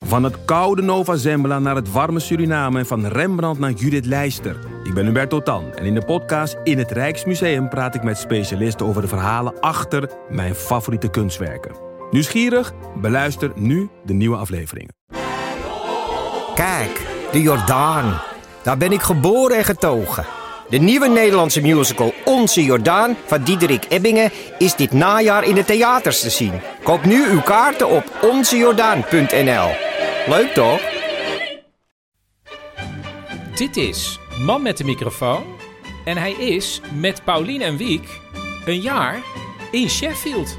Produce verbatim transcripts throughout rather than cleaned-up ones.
Van het koude Nova Zembla naar het warme Suriname en van Rembrandt naar Judith Leister. Ik ben Hubert Totan en in de podcast In het Rijksmuseum praat ik met specialisten over de verhalen achter mijn favoriete kunstwerken. Nieuwsgierig? Beluister nu de nieuwe afleveringen. Kijk, de Jordaan. Daar ben ik geboren en getogen. De nieuwe Nederlandse musical Onze Jordaan van Diederik Ebbingen is dit najaar in de theaters te zien. Koop nu uw kaarten op onze jordaan punt n l. Leuk toch? Dit is Man met de microfoon en hij is met Paulien en Wiek een jaar in Sheffield.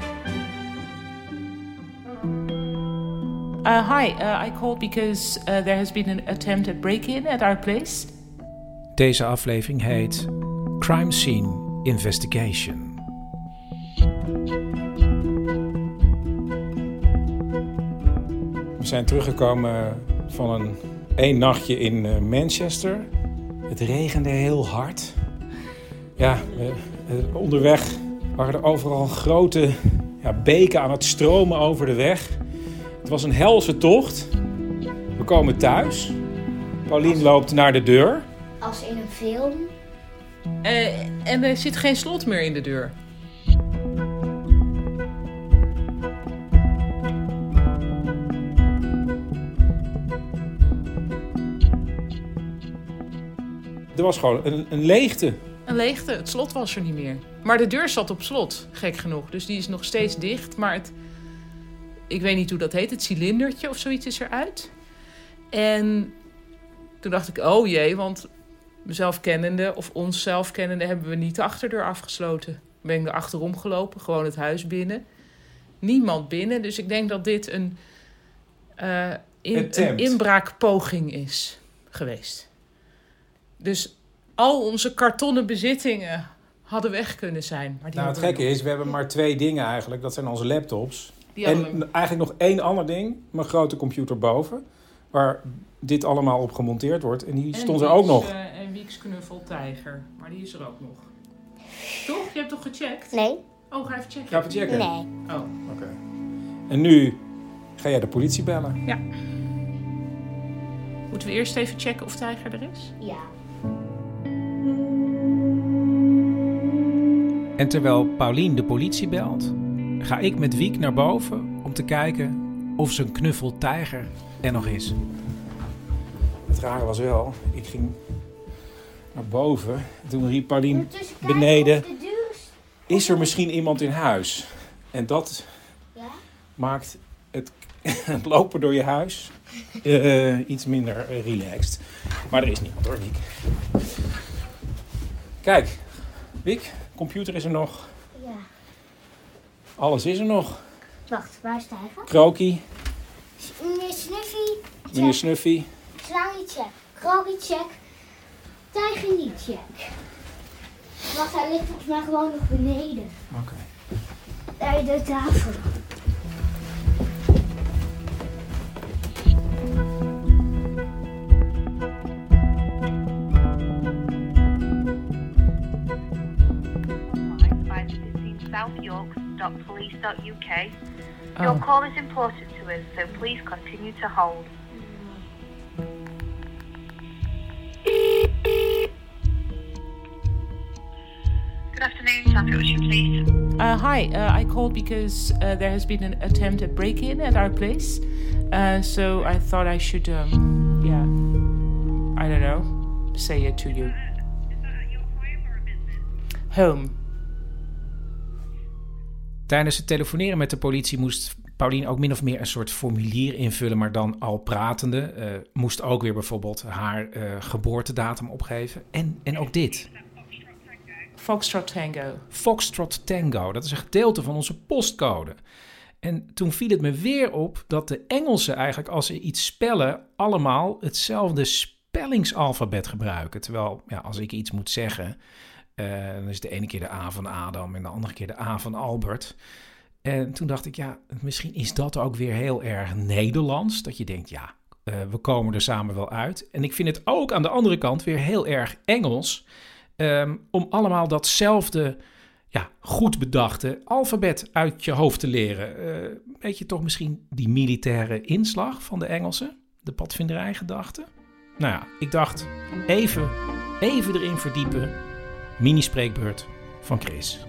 Uh, hi, uh, I called because uh, there has been an attempt at break-in at our place. Deze aflevering heet Crime Scene Investigation. We zijn teruggekomen van een één nachtje in Manchester. Het regende heel hard. Ja, uh, onderweg waren er overal grote ja, beken aan het stromen over de weg. Het was een helse tocht. We komen thuis. Paulien loopt naar de deur. Als in een film. Uh, en er zit geen slot meer in de deur. Er was gewoon een, een leegte. Een leegte, het slot was er niet meer. Maar de deur zat op slot, gek genoeg. Dus die is nog steeds dicht, maar het... Ik weet niet hoe dat heet, het cilindertje of zoiets is eruit. En toen dacht ik, oh jee, want mezelf kennende of onszelf kennende hebben we niet de achterdeur afgesloten. Ben ik er achterom gelopen, gewoon het huis binnen. Niemand binnen, dus ik denk dat dit een, uh, in, een inbraakpoging is geweest. Dus al onze kartonnen bezittingen hadden weg kunnen zijn. Maar die nou, het gekke is, we hebben maar twee dingen eigenlijk. Dat zijn onze laptops. En we... eigenlijk nog één ander ding. Mijn grote computer boven. Waar dit allemaal op gemonteerd wordt. En die en stond Wieks, er ook nog. Uh, en Wieks knuffeltijger. Maar die is er ook nog. Toch? Je hebt toch gecheckt? Nee. Oh, ga even checken. Ga even checken? Nee. Oh. Oké. Okay. En nu ga jij de politie bellen? Ja. Moeten we eerst even checken of Tijger er is? Ja. En terwijl Paulien de politie belt, ga ik met Wiek naar boven om te kijken of zijn knuffeltijger er nog is. Het rare was wel, ik ging naar boven en toen riep Paulien beneden, is er misschien iemand in huis? En dat ja? maakt het, het lopen door je huis uh, iets minder uh, relaxed. Maar er is niemand hoor, Wiek. Kijk, Wiek, computer is er nog. Ja. Alles is er nog. Wacht, waar is Tijger? Krokie. Meneer Snuffy. Check. Meneer Snuffy. Slangie check. Krokie check. Tijger niet check. Wacht, hij ligt volgens mij gewoon nog beneden. Oké. Okay. Bij de tafel. south york dot police dot u k. Your oh. call is important to us, so please continue to hold. Good afternoon, South Yorkshire Police. Uh, hi, uh, I called because uh, there has been an attempt at break-in at our place. Uh, so I thought I should, um, yeah, I don't know, say it to you. Is that your home or a business? Home. Tijdens het telefoneren met de politie moest Paulien ook min of meer een soort formulier invullen, maar dan al pratende. Uh, moest ook weer bijvoorbeeld haar uh, geboortedatum opgeven. En, en ook dit. Foxtrot Tango. Foxtrot Tango, dat is een gedeelte van onze postcode. En toen viel het me weer op dat de Engelsen eigenlijk, als ze iets spellen, allemaal hetzelfde spellingsalfabet gebruiken. Terwijl, ja, als ik iets moet zeggen, uh, dan is de ene keer de A van Adam en de andere keer de A van Albert. En toen dacht ik, ja, misschien is dat ook weer heel erg Nederlands. Dat je denkt, ja, uh, we komen er samen wel uit. En ik vind het ook aan de andere kant weer heel erg Engels. Um, om allemaal datzelfde ja, goed bedachte alfabet uit je hoofd te leren. Uh, weet je toch misschien die militaire inslag van de Engelsen? De padvinderijgedachte? Nou ja, ik dacht even, even erin verdiepen. Mini-spreekbeurt van Chris.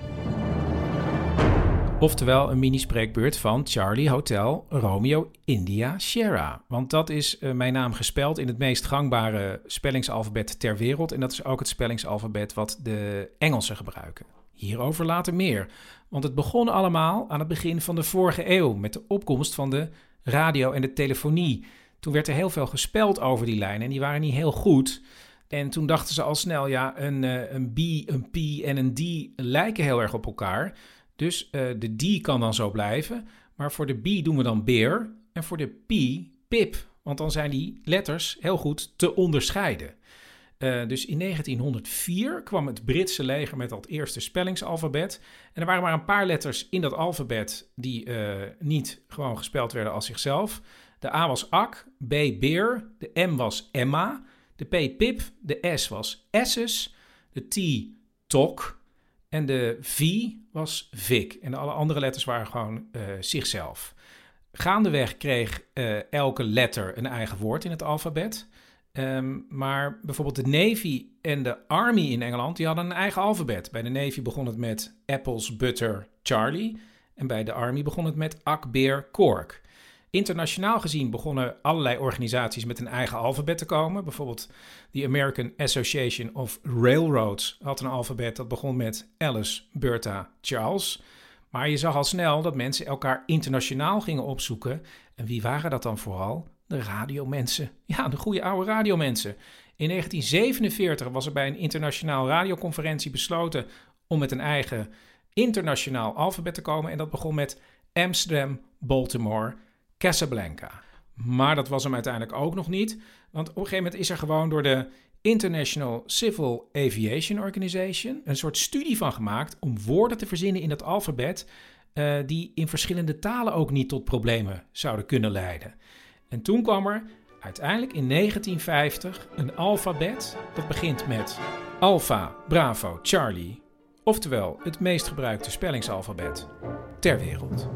Oftewel een mini-spreekbeurt van Charlie Hotel Romeo India Sierra. Want dat is uh, mijn naam gespeld in het meest gangbare spellingsalfabet ter wereld. En dat is ook het spellingsalfabet wat de Engelsen gebruiken. Hierover later meer. Want het begon allemaal aan het begin van de vorige eeuw met de opkomst van de radio en de telefonie. Toen werd er heel veel gespeld over die lijnen en die waren niet heel goed. En toen dachten ze al snel, ja, een, uh, een B, een P en een D lijken heel erg op elkaar. Dus uh, de D kan dan zo blijven. Maar voor de B doen we dan beer. En voor de P, pip. Want dan zijn die letters heel goed te onderscheiden. Uh, dus in negentienhonderdvier kwam het Britse leger met dat eerste spellingsalfabet. En er waren maar een paar letters in dat alfabet die uh, niet gewoon gespeld werden als zichzelf. De A was ak, B beer, de M was Emma, de P pip, de S was Esses, de T tok en de V was Vic. En alle andere letters waren gewoon uh, zichzelf. Gaandeweg kreeg uh, elke letter een eigen woord in het alfabet. Um, maar bijvoorbeeld de Navy en de Army in Engeland, die hadden een eigen alfabet. Bij de Navy begon het met apples, butter, Charlie. En bij de Army begon het met ak, beer, cork. Internationaal gezien begonnen allerlei organisaties met een eigen alfabet te komen. Bijvoorbeeld de American Association of Railroads had een alfabet dat begon met Alice, Bertha, Charles. Maar je zag al snel dat mensen elkaar internationaal gingen opzoeken. En wie waren dat dan vooral? De radiomensen. Ja, de goede oude radiomensen. In negentien zevenenveertig was er bij een internationaal radioconferentie besloten om met een eigen internationaal alfabet te komen. En dat begon met Amsterdam, Baltimore, Casablanca. Maar dat was hem uiteindelijk ook nog niet. Want op een gegeven moment is er gewoon door de International Civil Aviation Organization een soort studie van gemaakt om woorden te verzinnen in dat alfabet uh, die in verschillende talen ook niet tot problemen zouden kunnen leiden. En toen kwam er uiteindelijk in negentien vijftig een alfabet dat begint met Alpha, Bravo, Charlie. Oftewel het meest gebruikte spellingsalfabet ter wereld.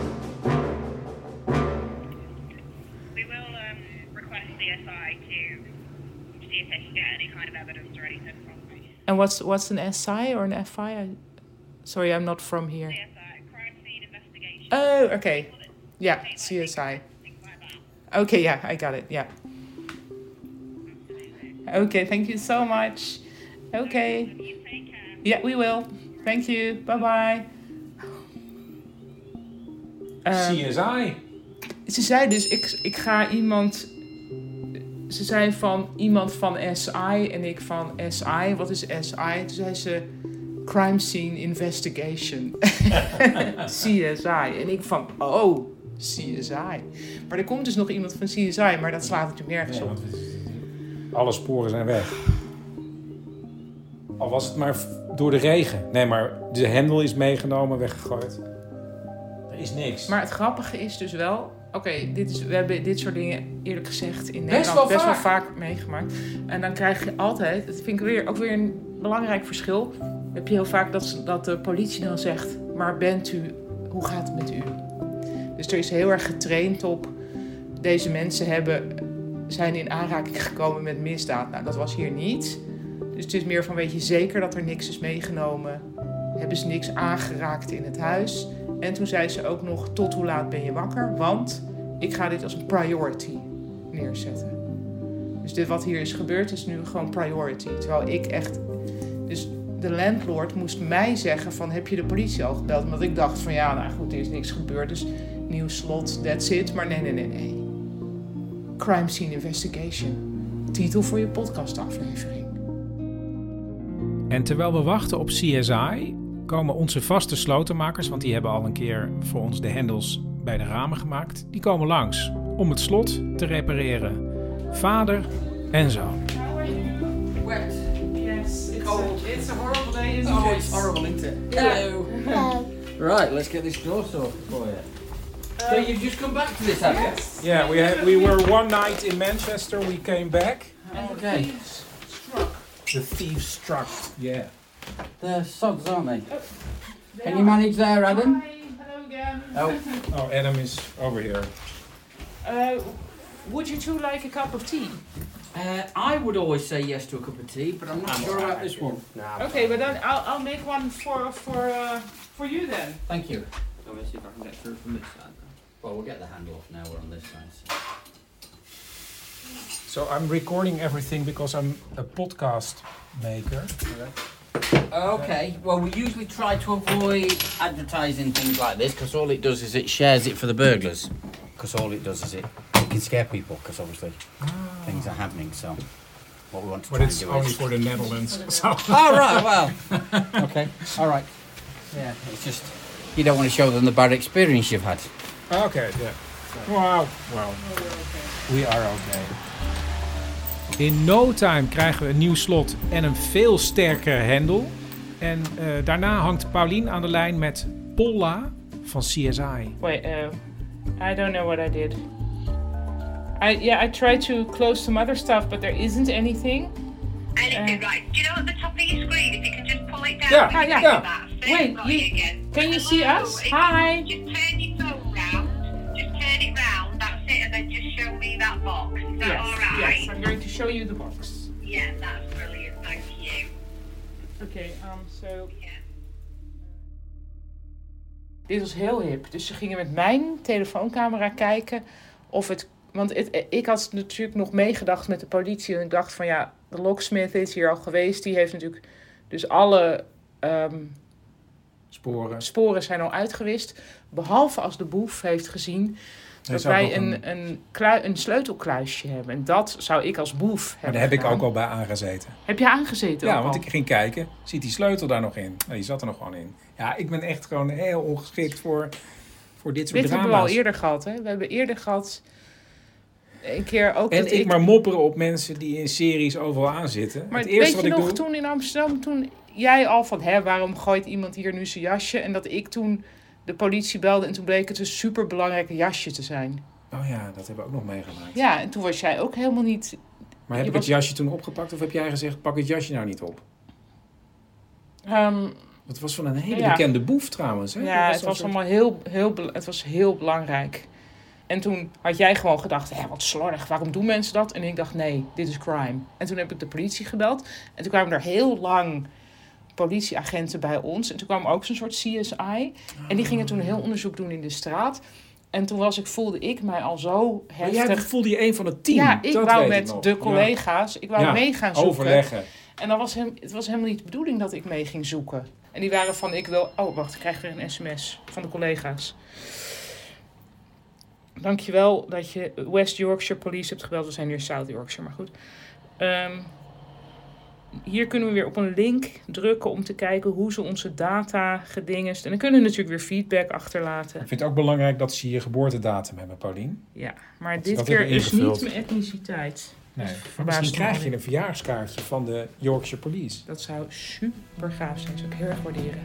We will um, request C S I to see if they can get any kind of evidence or anything from me. And what's what's an S I or an F I? I? Sorry, I'm not from here. C S I, crime scene investigation. Oh, okay. Yeah, C S I. Okay, yeah, I got it, yeah. Okay, thank you so much. Okay. Yeah, we will. Thank you. Bye-bye. Um, C S I. Ze zei dus, ik, ik ga iemand... Ze zei van iemand van S I en ik van S I. Wat is S I? Toen zei ze Crime Scene Investigation. C S I. En ik van, oh, C S I. Maar er komt dus nog iemand van C S I, maar dat slaat natuurlijk nergens Nee, op. alle sporen zijn weg. Al was het maar door de regen. Nee, maar de hendel is meegenomen, weggegooid. Er is niks. Maar het grappige is dus wel... Oké, okay, dit is we hebben dit soort dingen eerlijk gezegd in Best Nederland wel best wel vaak. vaak meegemaakt. En dan krijg je altijd... Dat vind ik weer, ook weer een belangrijk verschil. Dan heb je heel vaak dat, dat de politie dan zegt... Maar bent u... Hoe gaat het met u? Dus er is heel erg getraind op... Deze mensen hebben, zijn in aanraking gekomen met misdaad. Nou, dat was hier niet. Dus het is meer van, weet je zeker dat er niks is meegenomen? Hebben ze niks aangeraakt in het huis? En toen zei ze ook nog, tot hoe laat ben je wakker? Want ik ga dit als een priority neerzetten. Dus dit wat hier is gebeurd is nu gewoon priority. Terwijl ik echt... Dus de landlord moest mij zeggen van, heb je de politie al gebeld? Omdat ik dacht van, ja, nou goed, er is niks gebeurd. Dus nieuw slot, that's it. Maar nee, nee, nee, nee. Crime Scene Investigation. Titel voor je podcastaflevering. En terwijl we wachten op C S I... komen onze vaste slotenmakers... want die hebben al een keer voor ons de hendels bij de ramen gemaakt... die komen langs om het slot te repareren. Vader en zoon. Wet. Yes, it's Cold. a, it's a horrible day, isn't Oh, it? it's horrible, isn't it? Hello. Hello. Right, let's get this door sorted for you. So you've just come back to this, have you? Yes. Yeah, we had, we were one night in Manchester. We came back. And the Okay. thieves struck. The thieves struck. Yeah. They're sods, aren't they? Oh, they Can are. you manage there, Adam? Hi, hello again. Oh, Oh, Adam is over here. Uh, would you two like a cup of tea? uh, I would always say yes to a cup of tea, but I'm not I'm sure alright. about this one. Nou, Okay, but then I'll, I'll make one for for uh, for you then. Thank you. Let me see if I can get through from this side. Well, we'll get the handle off now. We're on this side. So. So I'm recording everything because I'm a podcast maker. Okay, well, we usually try to avoid advertising things like this because all it does is it shares it for the burglars. Because all it does is it, it can scare people because obviously things are happening. So what we want to But try it's and do only is... for the Netherlands. So. Oh, right, well. Okay, all right. Yeah, it's just you don't want to show them the bad experience you've had. Okay, yeah. Wow. Well, we are okay. In no time krijgen we een nieuw slot en een veel sterkere hendel. En uh, daarna hangt Paulien aan de lijn met Polla van C S I. Wait, uh, I don't know what I did. I yeah, I tried to close some other stuff, but there isn't anything. Anything, Uh, right. Do you know at the top of your screen, if you can just pull it down? Yeah, we can yeah, do yeah. that. See, Wait, got you- it again. can you see Hello, us? if you Hi. Just turn your phone round. Just turn it round. That's it, and then just show me that box. Is that Yes, all right? yes, I'm going to show you the box. Yeah, that's brilliant. Thank you. Okay, um, so Yeah. dit was heel hip. Dus ze gingen met mijn telefooncamera kijken of het... Want het, ik had natuurlijk nog meegedacht met de politie. En ik dacht van ja, de locksmith is hier al geweest. Die heeft natuurlijk... Dus alle ehm, Sporen. sporen zijn al uitgewist. Behalve als de boef heeft gezien dat zou wij nog een, een- een, klui, een sleutelkluisje hebben. En dat zou ik als boef hebben Maar daar heb ik gedaan. ook al bij aangezeten. Heb je aangezeten Ja, ook want al? ik ging kijken. Ziet die sleutel daar nog in? Nou, die zat er nog gewoon in. Ja, ik ben echt gewoon heel ongeschikt voor, voor dit soort Dit hebben drama's. we al eerder gehad, hè? We hebben eerder gehad... Een keer ook En dat ik maar mopperen op mensen die in series overal aanzitten. Maar het eerste weet je wat ik nog, doe... toen in Amsterdam, toen jij al van... Hè, waarom gooit iemand hier nu zijn jasje? En dat ik toen de politie belde en toen bleek het een superbelangrijke jasje te zijn. Oh ja, dat hebben we ook nog meegemaakt. Ja, en toen was jij ook helemaal niet... Maar heb je ik was- het jasje toen opgepakt of heb jij gezegd, pak het jasje nou niet op? ehm, Het was van een hele Ja. bekende boef trouwens. Hè? ja, Dat het was een soort- allemaal heel, heel, bel- het was heel belangrijk. En toen had jij gewoon gedacht, hé, wat slordig, waarom doen mensen dat? En ik dacht, nee, dit is crime. En toen heb ik de politie gebeld. En toen kwamen er heel lang politieagenten bij ons. En toen kwam ook zo'n soort C S I. En die gingen toen een heel onderzoek doen in de straat. En toen was ik, voelde ik mij al zo Maar heftig. jij voelde je een van het team. Ja, ik dat wou weet ik met nog. de collega's, ik wou Ja, mee gaan zoeken. overleggen. En dat was hem, het was helemaal niet de bedoeling dat ik mee ging zoeken. En die waren van, ik wil... Oh, wacht, ik krijg weer een sms van de collega's. Dankjewel dat je West Yorkshire Police hebt gebeld. We zijn hier South Yorkshire, maar goed. Ehm, hier kunnen we weer op een link drukken om te kijken hoe ze onze data gedingest. En dan kunnen we natuurlijk weer feedback achterlaten. Ik vind het ook belangrijk dat ze je geboortedatum hebben, Paulien. Ja, maar Dat- dit dat keer hebben we is niet ingevuld. mijn etniciteit. Nee. Dat Maar verbaast misschien me krijg je wel. een verjaardskaartje van de Yorkshire Police. Dat zou super gaaf zijn. Dat zou ik heel erg waarderen.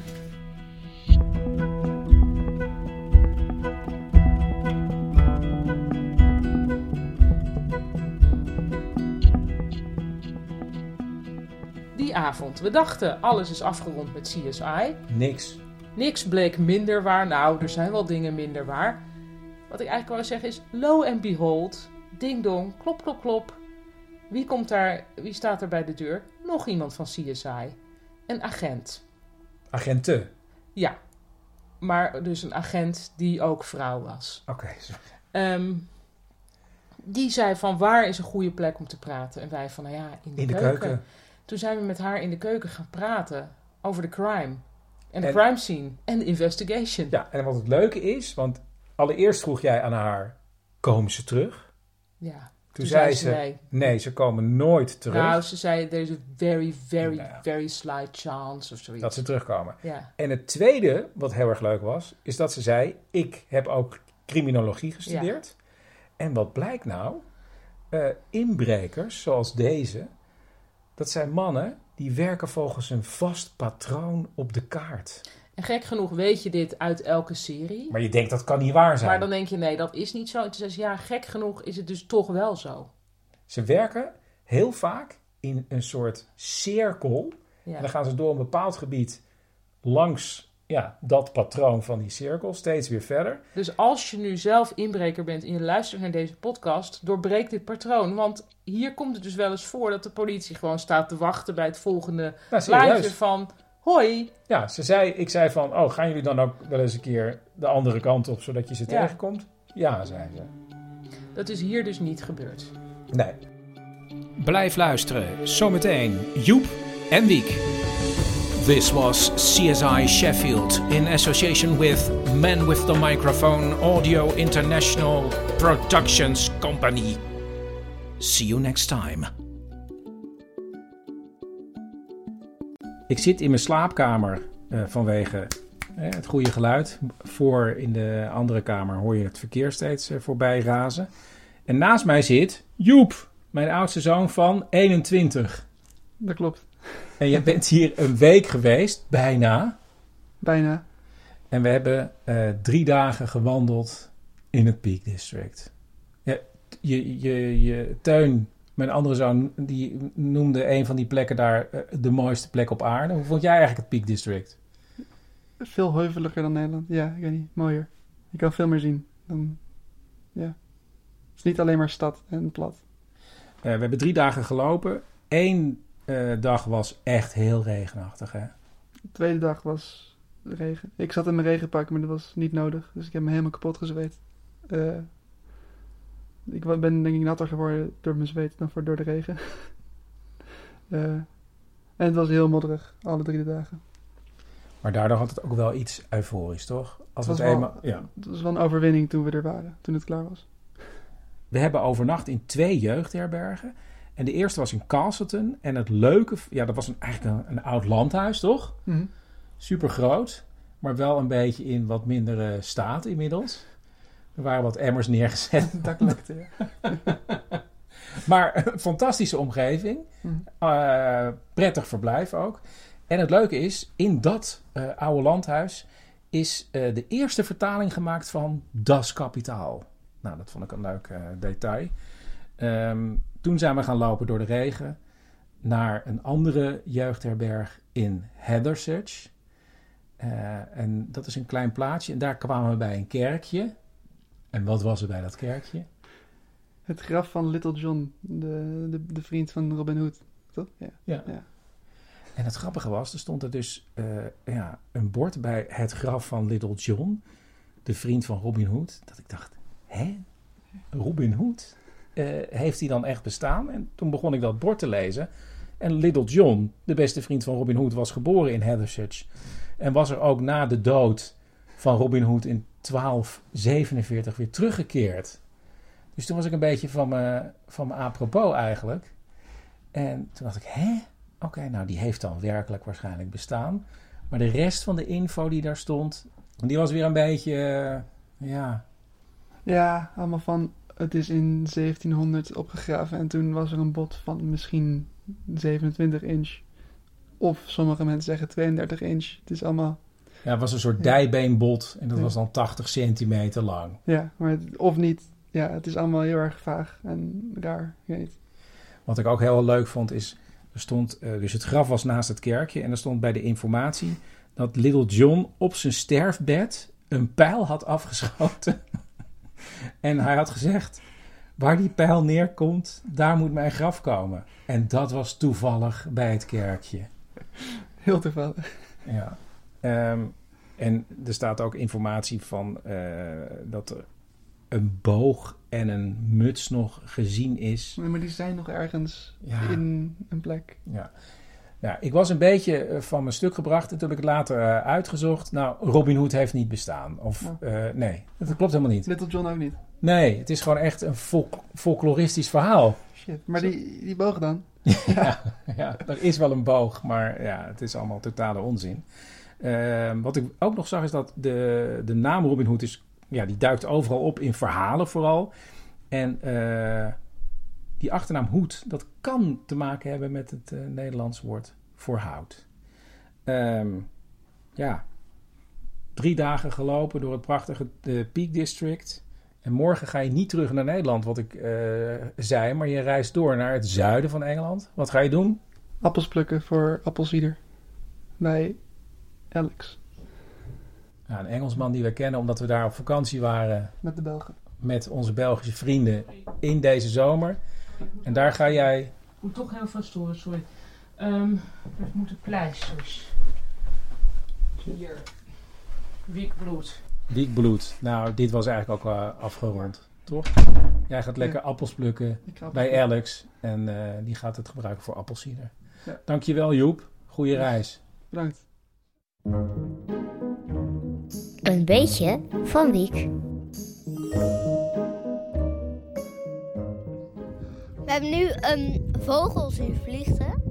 Die avond. We dachten, alles is afgerond met C S I. Niks. Niks bleek minder waar. Nou, er zijn wel dingen minder waar. Wat ik eigenlijk wou zeggen is, lo and behold, ding dong, klop klop klop. Wie komt daar, wie staat er bij de deur? Nog iemand van C S I. Een agent. Agenten. Ja, maar dus een agent die ook vrouw was. Oké. zo. Ehm, die zei van, waar is een goede plek om te praten? En wij van, nou ja, in de, In de keuken. keuken. Toen zijn we met haar in de keuken gaan praten over de crime. En de En- crime scene. En de investigation. Ja, en wat het leuke is, want allereerst vroeg jij aan haar, komen ze terug? Ja. Toen, zei ze, nee. nee, ze komen nooit terug. Nou, ze zei, there's a very, very, Nou ja. very slight chance of zoiets. Dat ze terugkomen. Ja. En het tweede, wat heel erg leuk was, is dat ze zei, ik heb ook criminologie gestudeerd. En wat blijkt nou? Uh, inbrekers, zoals deze, dat zijn mannen die werken volgens een vast patroon op de kaart. En gek genoeg weet je dit uit elke serie. Maar je denkt, dat kan niet waar zijn. Maar dan denk je, nee, dat is niet zo. En toen zei ze, ja, gek genoeg is het dus toch wel zo. Ze werken heel vaak in een soort cirkel. En dan gaan ze door een bepaald gebied langs ja, dat patroon van die cirkel steeds weer verder. Dus als je nu zelf inbreker bent en je luistert naar deze podcast, doorbreek dit patroon. Want hier komt het dus wel eens voor dat de politie gewoon staat te wachten bij het volgende Nou, lijntje serieus. van... Hoi. Ja, ze zei, ik zei van, oh, gaan jullie dan ook wel eens een keer de andere kant op, zodat je ze Ja. tegenkomt? Ja, zei ze. Dat is hier dus niet gebeurd. Nee. Blijf luisteren. Zometeen Joep en Wiek. This was C S I Sheffield in association with Man with the Microphone Audio International Productions Company. See you next time. Ik zit in mijn slaapkamer uh, vanwege uh, het goede geluid. Voor in de andere kamer hoor je het verkeer steeds uh, voorbij razen. En naast mij zit Joep, mijn oudste zoon van eenentwintig. Dat klopt. En je bent hier een week geweest, bijna. Bijna. En we hebben uh, drie dagen gewandeld in het Peak District. Ja, je, je, je Teun, mijn andere zoon, die noemde een van die plekken daar uh, de mooiste plek op aarde. Hoe vond jij eigenlijk het Peak District? Veel heuveliger dan Nederland. Ja, ik weet niet. Mooier. Je kan veel meer zien. Dan, ja. Het is niet alleen maar stad en plat. Uh, we hebben drie dagen gelopen. Eén uh, dag was echt heel regenachtig, hè? De tweede dag was regen. Ik zat in mijn regenpak, maar dat was niet nodig. Dus ik heb me helemaal kapot gezweet. Uh, ik wa- ben denk ik natter geworden door mijn zweet dan voor door de regen. uh, en het was heel modderig, alle drie de dagen. Maar daardoor had het ook wel iets euforisch, toch? Als Het het was eenmaal, wel- ja. Het was wel een overwinning toen we er waren, toen het klaar was. We hebben overnacht in twee jeugdherbergen. En de eerste was in Castleton. En het leuke, ja, dat was een, eigenlijk een, een oud landhuis, toch? Mhm. Super groot, maar wel een beetje in wat mindere staat inmiddels. Er waren wat emmers neergezet. Het dak lekte, ja. Maar een fantastische omgeving. Mhm. Uh, prettig verblijf ook. En het leuke is, in dat uh, oude landhuis is uh, de eerste vertaling gemaakt van Das Kapitaal. Nou, dat vond ik een leuk uh, detail. Um, toen zijn we gaan lopen door de regen naar een andere jeugdherberg in Hathersage. Uh, en dat is een klein plaatsje. En daar kwamen we bij een kerkje. En wat was er bij dat kerkje? Het graf van Little John, de, de, de vriend van Robin Hood. Toch? Ja. Ja. Ja. En het grappige was, er stond er dus uh, ja, een bord bij het graf van Little John, de vriend van Robin Hood. Dat ik dacht, hè? Robin Hood? Uh, heeft hij dan echt bestaan? En toen begon ik dat bord te lezen. En Little John, de beste vriend van Robin Hood, was geboren in Hathersage. En was er ook na de dood van Robin Hood in twaalf zevenenveertig weer teruggekeerd. Dus toen was ik een beetje van me, van me apropos eigenlijk. En toen dacht ik, hè? Oké, okay, nou die heeft dan werkelijk waarschijnlijk bestaan. Maar de rest van de info die daar stond, die was weer een beetje, uh, ja... Ja, allemaal van, het is in zeventienhonderd opgegraven en toen was er een bod van misschien zevenentwintig inch. Of sommige mensen zeggen tweeëndertig inch. Het is allemaal... Ja, het was een soort dijbeenbod en dat ja. was dan tachtig centimeter lang. Ja, maar het, of niet. Ja, het is allemaal heel erg vaag en raar. Ik weet niet. Wat ik ook heel leuk vond is, er stond, uh, dus het graf was naast het kerkje en er stond bij de informatie dat Little John op zijn sterfbed een pijl had afgeschoten. En hij had gezegd, waar die pijl neerkomt, daar moet mijn graf komen. En dat was toevallig bij het kerkje. Heel toevallig. Ja. Um, en er staat ook informatie van uh, dat er een boog en een muts nog gezien is. Nee, maar die zijn nog ergens ja. in een plek. Ja. Ja, ik was een beetje van mijn stuk gebracht en toen heb ik het later uh, uitgezocht. Nou, Robin Hood heeft niet bestaan. Of oh. uh, nee, dat klopt helemaal niet. Little John ook niet? Nee, het is gewoon echt een folk- folkloristisch verhaal. Shit, maar die, die boog dan? ja, ja, er is wel een boog, maar ja, het is allemaal totale onzin. Uh, wat ik ook nog zag is dat de, de naam Robin Hood is, ja, die duikt overal op in verhalen vooral. En uh, die achternaam Hood, dat kan te maken hebben met het uh, Nederlands woord voor hout. Um, ja, drie dagen gelopen door het prachtige uh, Peak District. En morgen ga je niet terug naar Nederland, wat ik uh, zei, maar je reist door naar het zuiden van Engeland. Wat ga je doen? appels plukken voor appelsieder. Bij Alex. Ja, een Engelsman die we kennen omdat we daar op vakantie waren Met de Belgen. met onze Belgische vrienden in deze zomer. En daar ga jij... Ik moet toch heel veel storen, sorry. Um, we moeten pleisters. Hier. Wiekbloed. Wiekbloed. Nou, dit was eigenlijk ook uh, afgerond, toch? Jij gaat lekker Ja. appels plukken Ik ga appels bij plukken. Alex. En uh, die gaat het gebruiken voor appelsieder. Ja. Dankjewel Joep. Goeie reis. Bedankt. Een beetje van Wiek. We hebben nu um, vogels in vliegen.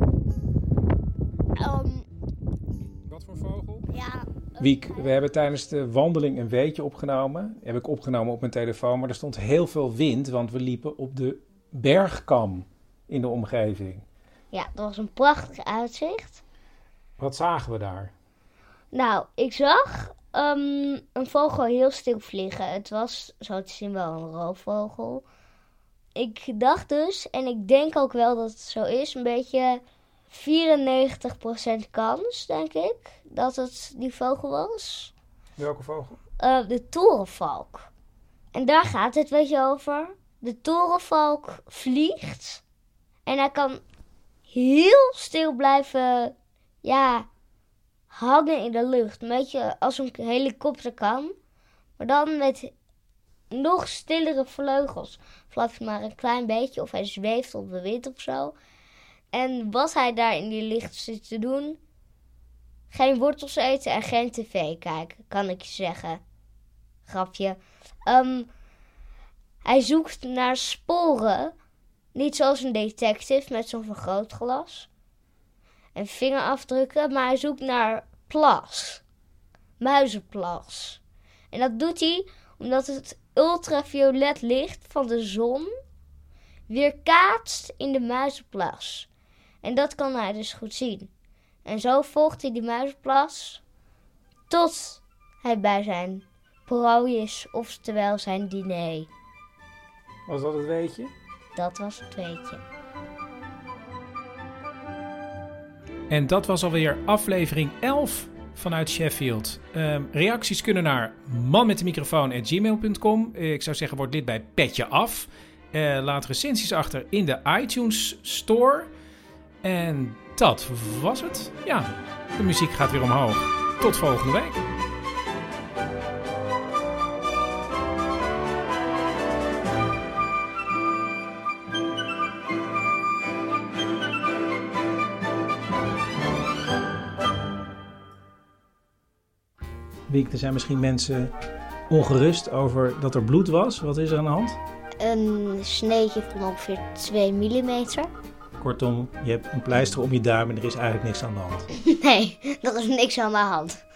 Um, Wat voor vogel? ja, Wiek, we hebben tijdens de wandeling een weetje opgenomen. Heb ik opgenomen op mijn telefoon. Maar er stond heel veel wind, want we liepen op de bergkam in de omgeving. ja, dat was een prachtig uitzicht. Wat zagen we daar? Nou, ik zag um, een vogel heel stil vliegen. Het was zo te zien wel een roofvogel. Ik dacht dus, en ik denk ook wel dat het zo is, een beetje vierennegentig procent kans, denk ik, dat het die vogel was. Welke vogel? Uh, de torenvalk. En daar gaat het, weet je, over. De torenvalk vliegt en hij kan heel stil blijven, ja, hangen in de lucht. Een beetje als een helikopter kan, maar dan met nog stillere vleugels. Flapt hij maar een klein beetje of hij zweeft op de wind of zo. En wat hij daar in die licht zit te doen, geen wortels eten en geen tv kijken, kan ik je zeggen. Grapje. Um, hij zoekt naar sporen, niet zoals een detective met zo'n vergrootglas en vingerafdrukken, maar hij zoekt naar plas. Muizenplas. En dat doet hij omdat het ultraviolet licht van de zon weerkaatst in de muizenplas. En dat kan hij dus goed zien. En zo volgt hij die muizenplas tot hij bij zijn prooi is, oftewel zijn diner. Was dat het weetje? Dat was het weetje. En dat was alweer aflevering elf vanuit Sheffield. Um, reacties kunnen naar man met de microfoon at gmail punt com. Ik zou zeggen, word lid bij Petje Af. Uh, laat recensies achter in de iTunes Store. En dat was het. Ja, de muziek gaat weer omhoog. Tot volgende week. Wiek, er zijn misschien mensen ongerust over dat er bloed was. Wat is er aan de hand? Een sneetje van ongeveer twee millimeter. Kortom, je hebt een pleister om je duim en er is eigenlijk niks aan de hand. Nee, er is niks aan de hand.